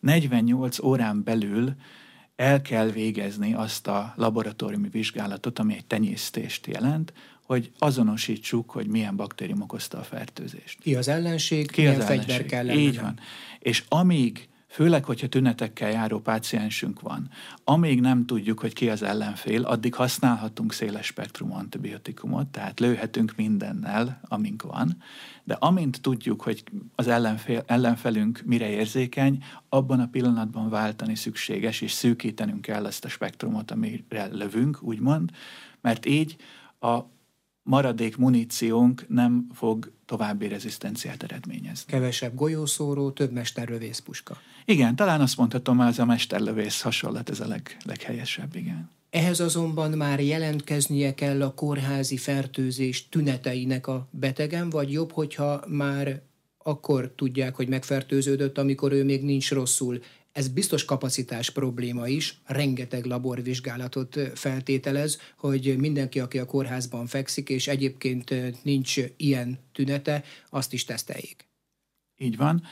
48 órán belül el kell végezni azt a laboratóriumi vizsgálatot, ami egy tenyésztést jelent, hogy azonosítsuk, hogy milyen baktérium okozta a fertőzést. Ki az ellenség, milyen fegyver kell ellene. Így van. És amíg, főleg, hogyha tünetekkel járó páciensünk van, amíg nem tudjuk, hogy ki az ellenfél, addig használhatunk széles spektrumú antibiotikumot, tehát lőhetünk mindennel, amink van, de amint tudjuk, hogy az ellenfelünk mire érzékeny, abban a pillanatban váltani szükséges, és szűkítenünk kell ezt a spektrumot, amire lövünk, úgymond, mert így a maradék muníciónk nem fog további rezisztenciát eredményezni. Kevesebb golyószóró, több mesterlövészpuska. Igen, talán azt mondhatom, hogy ez a mesterlövész hasonlat, ez a leghelyesebb, igen. Ehhez azonban már jelentkeznie kell a kórházi fertőzés tüneteinek a betegen, vagy jobb, hogyha már akkor tudják, hogy megfertőződött, amikor ő még nincs rosszul. Ez biztos kapacitás probléma is, rengeteg laborvizsgálatot feltételez, hogy mindenki, aki a kórházban fekszik, és egyébként nincs ilyen tünete, azt is teszteljék. Így van.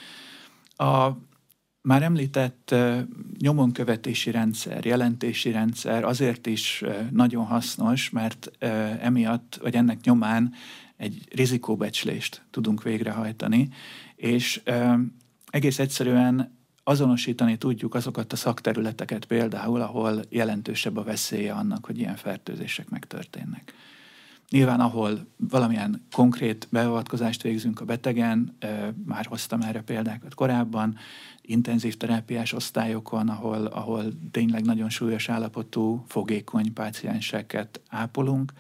A már említett nyomonkövetési rendszer, jelentési rendszer azért is nagyon hasznos, mert emiatt, vagy ennek nyomán egy rizikóbecslést tudunk végrehajtani, és egész egyszerűen azonosítani tudjuk azokat a szakterületeket például, ahol jelentősebb a veszélye annak, hogy ilyen fertőzések megtörténnek. Nyilván, ahol valamilyen konkrét beavatkozást végzünk a betegen, már hoztam erre példákat korábban, intenzív terápiás osztályokon, ahol tényleg nagyon súlyos állapotú, fogékony pácienseket ápolunk,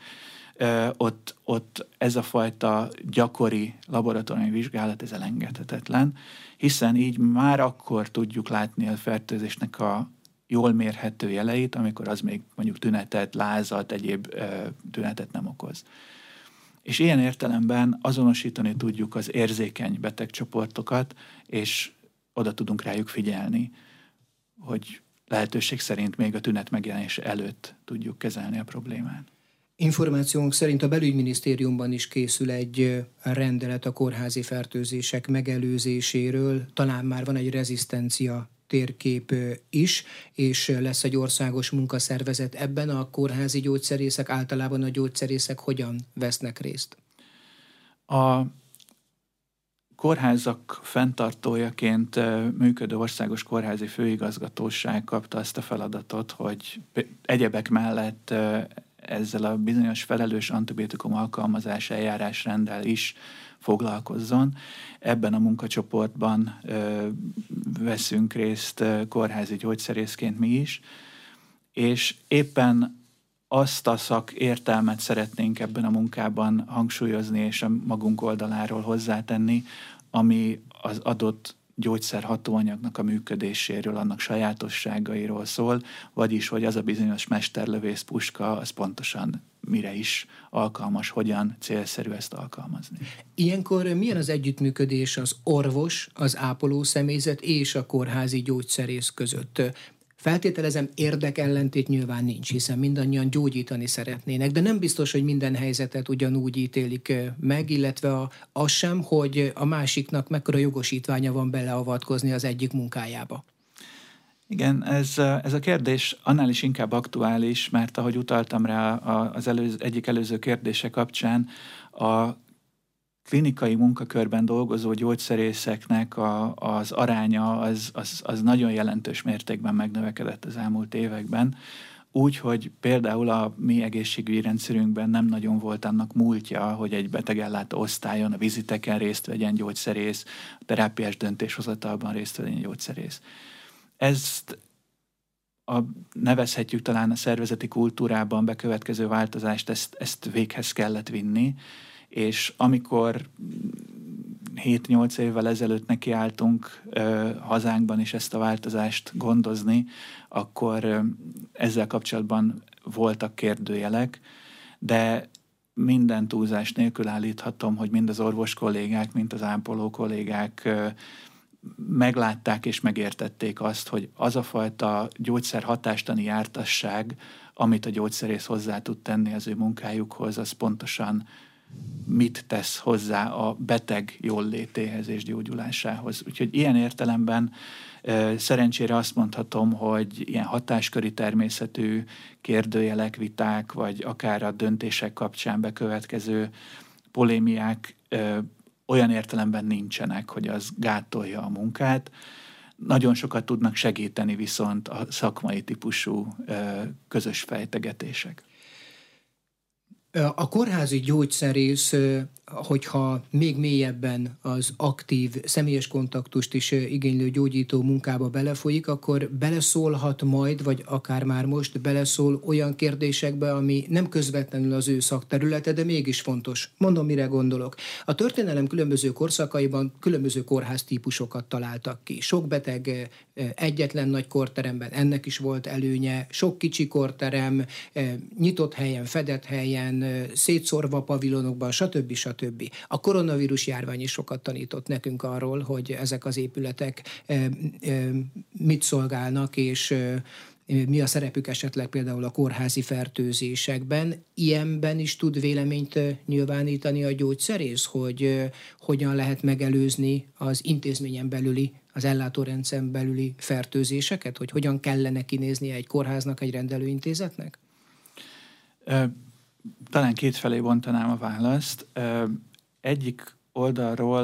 ott ez a fajta gyakori laboratóriumi vizsgálat, ez elengedhetetlen, hiszen így már akkor tudjuk látni a fertőzésnek a jól mérhető jeleit, amikor az még mondjuk tünetet, lázat, egyéb tünetet nem okoz. És ilyen értelemben azonosítani tudjuk az érzékeny betegcsoportokat, és oda tudunk rájuk figyelni, hogy lehetőség szerint még a tünet megjelenése előtt tudjuk kezelni a problémát. Információnk szerint a belügyminisztériumban is készül egy rendelet a kórházi fertőzések megelőzéséről, talán már van egy rezisztencia térkép is, és lesz egy országos munkaszervezet ebben. A kórházi gyógyszerészek, általában a gyógyszerészek hogyan vesznek részt? A kórházak fenntartójaként működő országos kórházi főigazgatóság kapta azt a feladatot, hogy egyebek mellett ezzel a bizonyos felelős antibiotikum alkalmazás eljárásrenddel is foglalkozzon. Ebben a munkacsoportban veszünk részt kórházi gyógyszerészként mi is, és éppen azt a szakértelmet szeretnénk ebben a munkában hangsúlyozni és a magunk oldaláról hozzátenni, ami az adott gyógyszerhatóanyagnak a működéséről, annak sajátosságairól szól, vagyis, hogy az a bizonyos mesterlövész puska, az pontosan mire is alkalmas, hogyan célszerű ezt alkalmazni. Ilyenkor milyen az együttműködés az orvos, az ápoló személyzet és a kórházi gyógyszerész között? Feltételezem, érdekellentét nyilván nincs, hiszen mindannyian gyógyítani szeretnének, de nem biztos, hogy minden helyzetet ugyanúgy ítélik meg, illetve az sem, hogy a másiknak mekkora jogosítványa van beleavatkozni az egyik munkájába. Igen, ez a kérdés annál is inkább aktuális, mert ahogy utaltam rá az egyik előző kérdése kapcsán, a klinikai munkakörben dolgozó gyógyszerészeknek az aránya az nagyon jelentős mértékben megnövekedett az elmúlt években, úgy, hogy például a mi egészségügyi rendszerünkben nem nagyon volt annak múltja, hogy egy betegellátó osztályon, a viziteken részt vegyen gyógyszerész, a terápiás döntéshozatalban részt vegyen gyógyszerész. Ezt nevezhetjük talán a szervezeti kultúrában bekövetkező változást, ezt véghez kellett vinni, és amikor 7-8 évvel ezelőtt nekiálltunk hazánkban is ezt a változást gondozni, akkor ezzel kapcsolatban voltak kérdőjelek, de minden túlzás nélkül állíthatom, hogy mind az orvos kollégák, mind az ápoló kollégák meglátták és megértették azt, hogy az a fajta gyógyszer hatástani jártasság, amit a gyógyszerész hozzá tud tenni az ő munkájukhoz, az pontosan mit tesz hozzá a beteg jóllétéhez és gyógyulásához. Úgyhogy ilyen értelemben szerencsére azt mondhatom, hogy ilyen hatásköri természetű kérdőjelek, viták, vagy akár a döntések kapcsán bekövetkező polémiák olyan értelemben nincsenek, hogy az gátolja a munkát. Nagyon sokat tudnak segíteni viszont a szakmai típusú közös fejtegetések. A kórházi gyógyszerész, hogyha még mélyebben az aktív személyes kontaktust is igénylő gyógyító munkába belefolyik, akkor beleszólhat majd, vagy akár már most beleszól olyan kérdésekbe, ami nem közvetlenül az ő szakterülete, de mégis fontos. Mondom, mire gondolok. A történelem különböző korszakaiban különböző kórháztípusokat találtak ki. Sok beteg egyetlen nagy korteremben, ennek is volt előnye, sok kicsi korterem, nyitott helyen, fedett helyen, szétszórva pavilonokban, stb. A koronavírus járvány is sokat tanított nekünk arról, hogy ezek az épületek mit szolgálnak, és mi a szerepük esetleg például a kórházi fertőzésekben. Ilyenben is tud véleményt nyilvánítani a gyógyszerész, hogy hogyan lehet megelőzni az intézményen belüli, az ellátórendszeren belüli fertőzéseket, hogy hogyan kellene kinéznie egy kórháznak, egy rendelőintézetnek? Talán kétfelé bontanám a választ. Egyik oldalról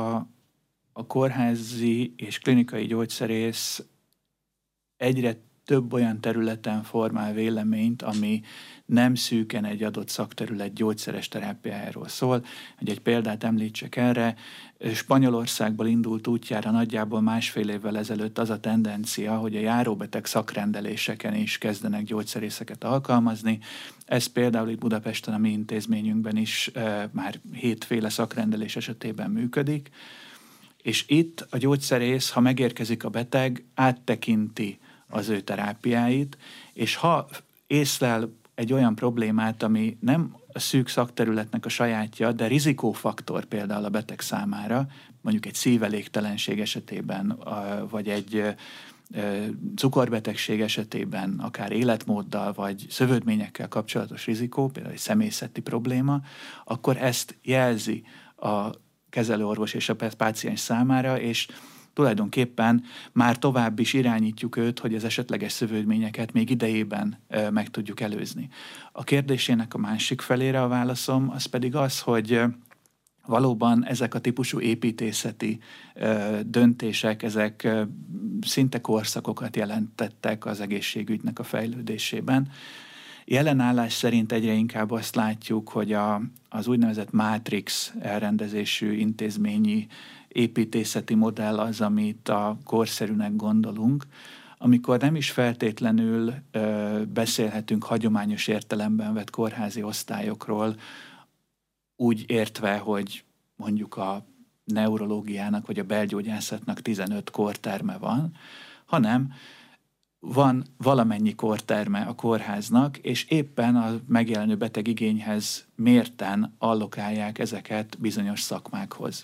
a kórházi és klinikai gyógyszerész egyre több olyan területen formál véleményt, ami nem szűken egy adott szakterület gyógyszeres terápiájáról szól. Hogy egy példát említsek erre, Spanyolországból indult útjára nagyjából 1,5 évvel ezelőtt az a tendencia, hogy a járóbeteg szakrendeléseken is kezdenek gyógyszerészeket alkalmazni. Ez például itt Budapesten a mi intézményünkben is már 7 féle szakrendelés esetében működik, és itt a gyógyszerész, ha megérkezik a beteg, áttekinti az ő terápiáit, és ha észlel egy olyan problémát, ami nem a szűk szakterületnek a sajátja, de rizikófaktor például a beteg számára, mondjuk egy szívelégtelenség esetében, vagy egy cukorbetegség esetében, akár életmóddal, vagy szövődményekkel kapcsolatos rizikó, például egy személyzeti probléma, akkor ezt jelzi a kezelőorvos és a páciens számára, és tulajdonképpen már tovább is irányítjuk őt, hogy az esetleges szövődményeket még idejében meg tudjuk előzni. A kérdésének a másik felére a válaszom, az pedig az, hogy valóban ezek a típusú építészeti döntések, ezek szinte korszakokat jelentettek az egészségügynek a fejlődésében. Jelen állás szerint egyre inkább azt látjuk, hogy az úgynevezett mátrix elrendezésű intézményi építészeti modell az, amit a korszerűnek gondolunk, amikor nem is feltétlenül beszélhetünk hagyományos értelemben vett kórházi osztályokról, úgy értve, hogy mondjuk a neurológiának vagy a belgyógyászatnak 15 kórterme van, hanem van valamennyi kórterme a kórháznak, és éppen a megjelenő betegigényhez mérten allokálják ezeket bizonyos szakmákhoz.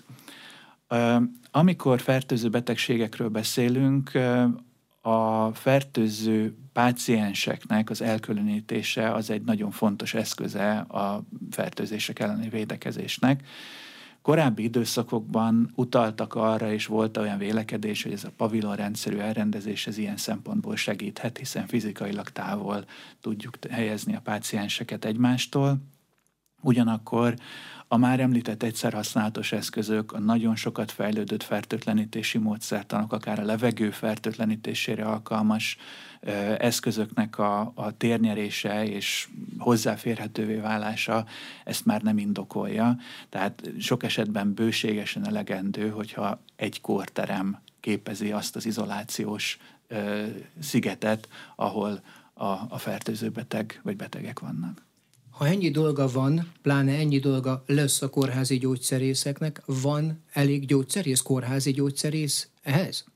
Amikor fertőző betegségekről beszélünk, a fertőző pácienseknek az elkülönítése az egy nagyon fontos eszköze a fertőzések elleni védekezésnek. Korábbi időszakokban utaltak arra, és volt olyan vélekedés, hogy ez a pavilonrendszerű elrendezés ez ilyen szempontból segíthet, hiszen fizikailag távol tudjuk helyezni a pácienseket egymástól. Ugyanakkor a már említett egyszer használatos eszközök, a nagyon sokat fejlődött fertőtlenítési módszertanok, akár a levegő fertőtlenítésére alkalmas eszközöknek a térnyerése és hozzáférhetővé válása ezt már nem indokolja. Tehát sok esetben bőségesen elegendő, hogyha egy kórterem képezi azt az izolációs szigetet, ahol a fertőző beteg vagy betegek vannak. Ha ennyi dolga van, pláne ennyi dolga lesz a kórházi gyógyszerészeknek, van elég gyógyszerész, kórházi gyógyszerész ehhez?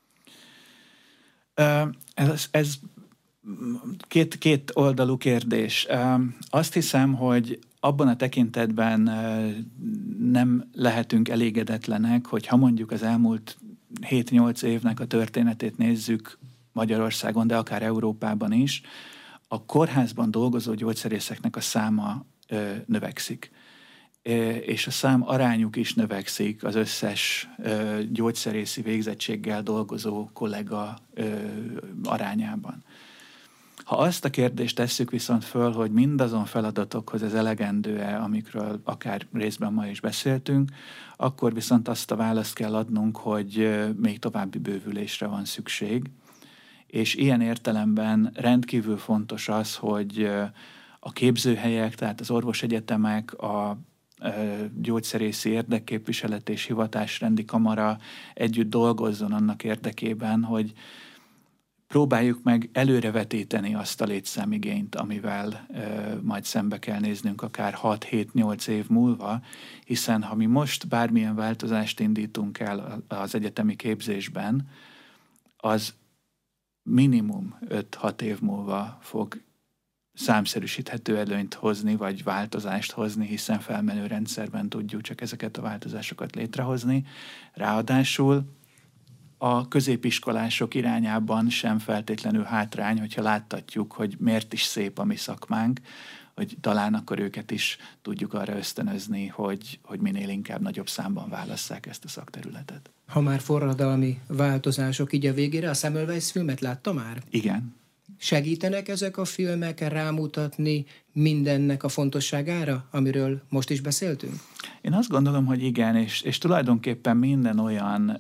Ez két oldalú kérdés. Azt hiszem, hogy abban a tekintetben nem lehetünk elégedetlenek, hogy ha mondjuk az elmúlt 7-8 évnek a történetét nézzük Magyarországon, de akár Európában is, a kórházban dolgozó gyógyszerészeknek a száma növekszik. És a szám arányuk is növekszik az összes gyógyszerészi végzettséggel dolgozó kollega arányában. Ha azt a kérdést tesszük viszont föl, hogy mindazon feladatokhoz ez elegendő-e, amikről akár részben ma is beszéltünk, akkor viszont azt a választ kell adnunk, hogy még további bővülésre van szükség. És ilyen értelemben rendkívül fontos az, hogy a képzőhelyek, tehát az orvosegyetemek, a gyógyszerészi érdekképviselet és hivatásrendi kamara együtt dolgozzon annak érdekében, hogy próbáljuk meg előrevetíteni azt a létszámigényt, amivel majd szembe kell néznünk akár 6-7-8 év múlva, hiszen ha mi most bármilyen változást indítunk el az egyetemi képzésben, az minimum 5-6 év múlva fog számszerűsíthető előnyt hozni, vagy változást hozni, hiszen felmenő rendszerben tudjuk csak ezeket a változásokat létrehozni. Ráadásul a középiskolások irányában sem feltétlenül hátrány, hogyha láttatjuk, hogy miért is szép a mi szakmánk, hogy talán akkor őket is tudjuk arra ösztönözni, hogy minél inkább nagyobb számban válasszák ezt a szakterületet. Ha már forradalmi változások így a végére, a Semmelweis filmet látta már? Igen. Segítenek ezek a filmek rámutatni mindennek a fontosságára, amiről most is beszéltünk? Én azt gondolom, hogy igen, és tulajdonképpen minden olyan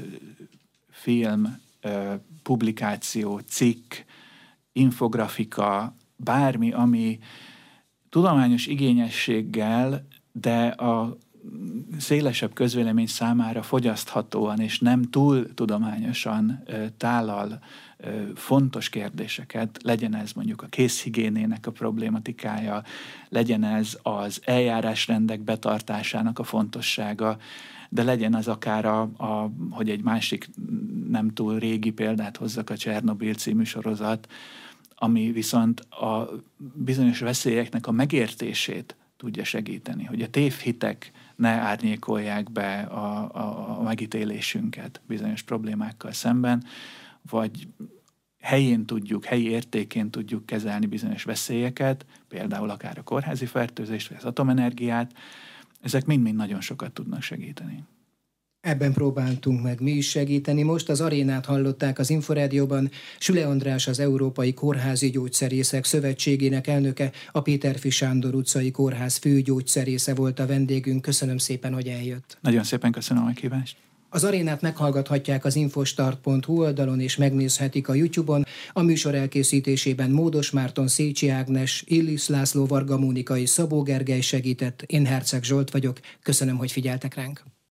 film, publikáció, cikk, infografika, bármi, ami tudományos igényességgel, de a szélesebb közvélemény számára fogyaszthatóan és nem túl tudományosan tállal fontos kérdéseket, legyen ez mondjuk a kézhigiénének a problématikája, legyen ez az eljárásrendek betartásának a fontossága, de legyen az akár, hogy egy másik nem túl régi példát hozzak, a Csernobil című sorozat, ami viszont a bizonyos veszélyeknek a megértését tudja segíteni, hogy a tévhitek ne árnyékolják be a megítélésünket bizonyos problémákkal szemben, vagy helyi értékén tudjuk kezelni bizonyos veszélyeket, például akár a kórházi fertőzést, vagy az atomenergiát, ezek mind-mind nagyon sokat tudnak segíteni. Ebben próbáltunk meg mi is segíteni. Most az Arénát hallották az Inforádióban. Süle András, az Európai Kórházi Gyógyszerészek Szövetségének elnöke, a Péterfi Sándor utcai kórház főgyógyszerésze volt a vendégünk. Köszönöm szépen, hogy eljött. Nagyon szépen köszönöm a meghívást. Az Arénát meghallgathatják az infostart.hu oldalon, és megnézhetik a YouTube-on. A műsor elkészítésében Módos Márton, Szécsi Ágnes, Illis László, Varga Mónika és Szabó Gergely segített. Én Herceg Zsolt vagyok. Köszönöm, hogy figyeltek ránk.